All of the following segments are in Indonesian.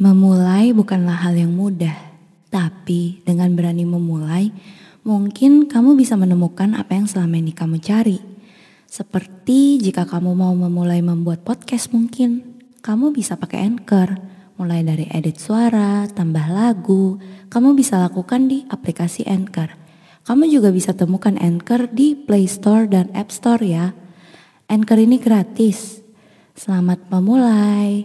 Memulai bukanlah hal yang mudah, tapi dengan berani memulai, mungkin kamu bisa menemukan apa yang selama ini kamu cari. Seperti jika kamu mau memulai membuat podcast mungkin, kamu bisa pakai Anchor. Mulai dari edit suara, tambah lagu, kamu bisa lakukan di aplikasi Anchor. Kamu juga bisa temukan Anchor di Play Store dan App Store ya. Anchor ini gratis. Selamat memulai.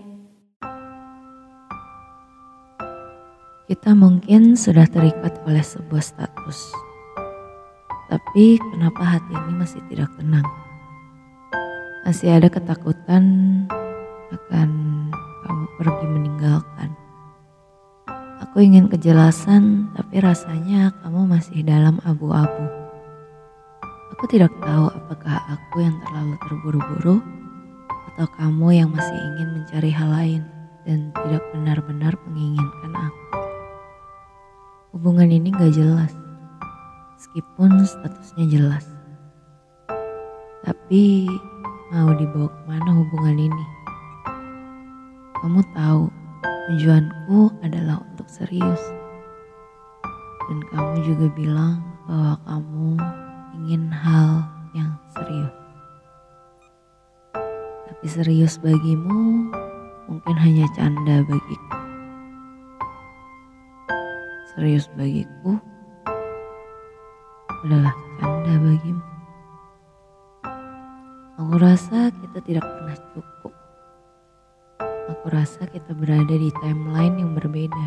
Kita mungkin sudah terikat oleh sebuah status, tapi kenapa hati ini masih tidak tenang? Masih ada ketakutan akan kamu pergi meninggalkan. Aku ingin kejelasan, tapi rasanya kamu masih dalam abu-abu. Aku tidak tahu apakah aku yang terlalu terburu-buru atau kamu yang masih ingin mencari hal lain dan tidak benar-benar menginginkan aku. Hubungan ini gak jelas, meskipun statusnya jelas. Tapi mau dibawa kemana hubungan ini? Kamu tahu tujuanku adalah untuk serius. Dan kamu juga bilang bahwa kamu ingin hal yang serius. Tapi serius bagimu mungkin hanya canda bagiku. Serius bagiku adalah canda bagimu. Aku rasa kita tidak pernah cukup. Aku rasa kita berada di timeline yang berbeda.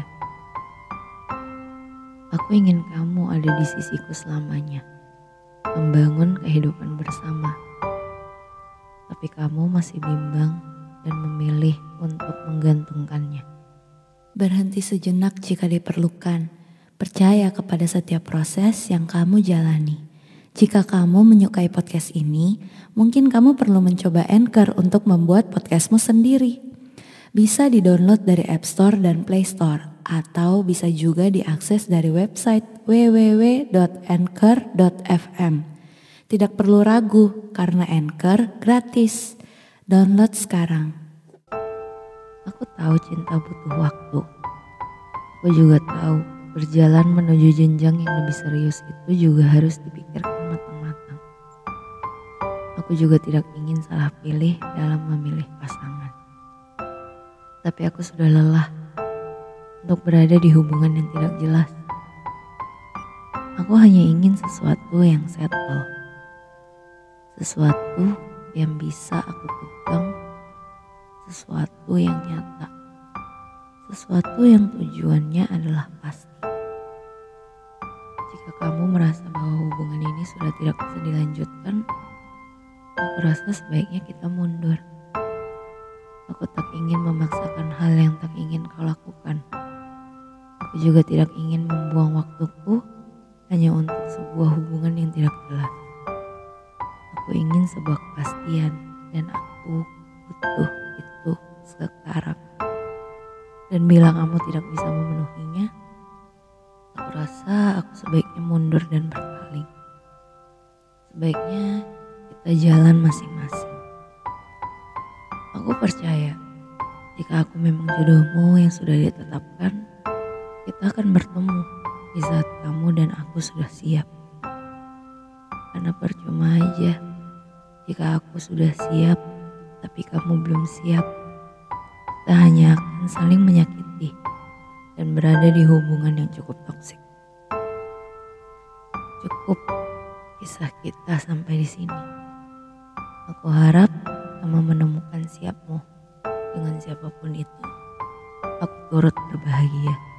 Aku ingin kamu ada di sisiku selamanya, membangun kehidupan bersama. Tapi kamu masih bimbang dan memilih untuk menggantungkannya. Berhenti sejenak jika diperlukan. Percaya kepada setiap proses yang kamu jalani. Jika kamu menyukai podcast ini, mungkin kamu perlu mencoba Anchor untuk membuat podcastmu sendiri. Bisa di-download dari App Store dan Play Store, atau bisa juga diakses dari website www.anchor.fm. Tidak perlu ragu, karena Anchor gratis. Download sekarang. Aku tahu cinta butuh waktu. Aku juga tahu berjalan menuju jenjang yang lebih serius itu juga harus dipikirkan matang-matang. Aku juga tidak ingin salah pilih dalam memilih pasangan. Tapi aku sudah lelah untuk berada di hubungan yang tidak jelas. Aku hanya ingin sesuatu yang settle. Sesuatu yang bisa aku pegang. Sesuatu yang nyata. Sesuatu yang tujuannya adalah pasti. Jika kamu merasa bahwa hubungan ini sudah tidak bisa dilanjutkan, aku rasa sebaiknya kita mundur. Aku tak ingin memaksakan hal yang tak ingin kau lakukan. Aku juga tidak ingin membuang waktuku hanya untuk sebuah hubungan yang tidak jelas. Aku ingin sebuah kepastian dan aku butuh itu sekarang. Dan bila kamu tidak bisa memenuhinya, aku rasa aku sebaiknya mundur dan berpaling. Sebaiknya kita jalan masing-masing. Aku percaya jika aku memang jodohmu yang sudah ditetapkan, kita akan bertemu di saat kamu dan aku sudah siap. Karena percuma aja jika aku sudah siap tapi kamu belum siap. Kita hanya akan saling menyakiti dan berada di hubungan yang cukup toksik. Cukup kisah kita sampai di sini. Aku harap kamu menemukan siapmu dengan siapapun itu. Aku turut berbahagia.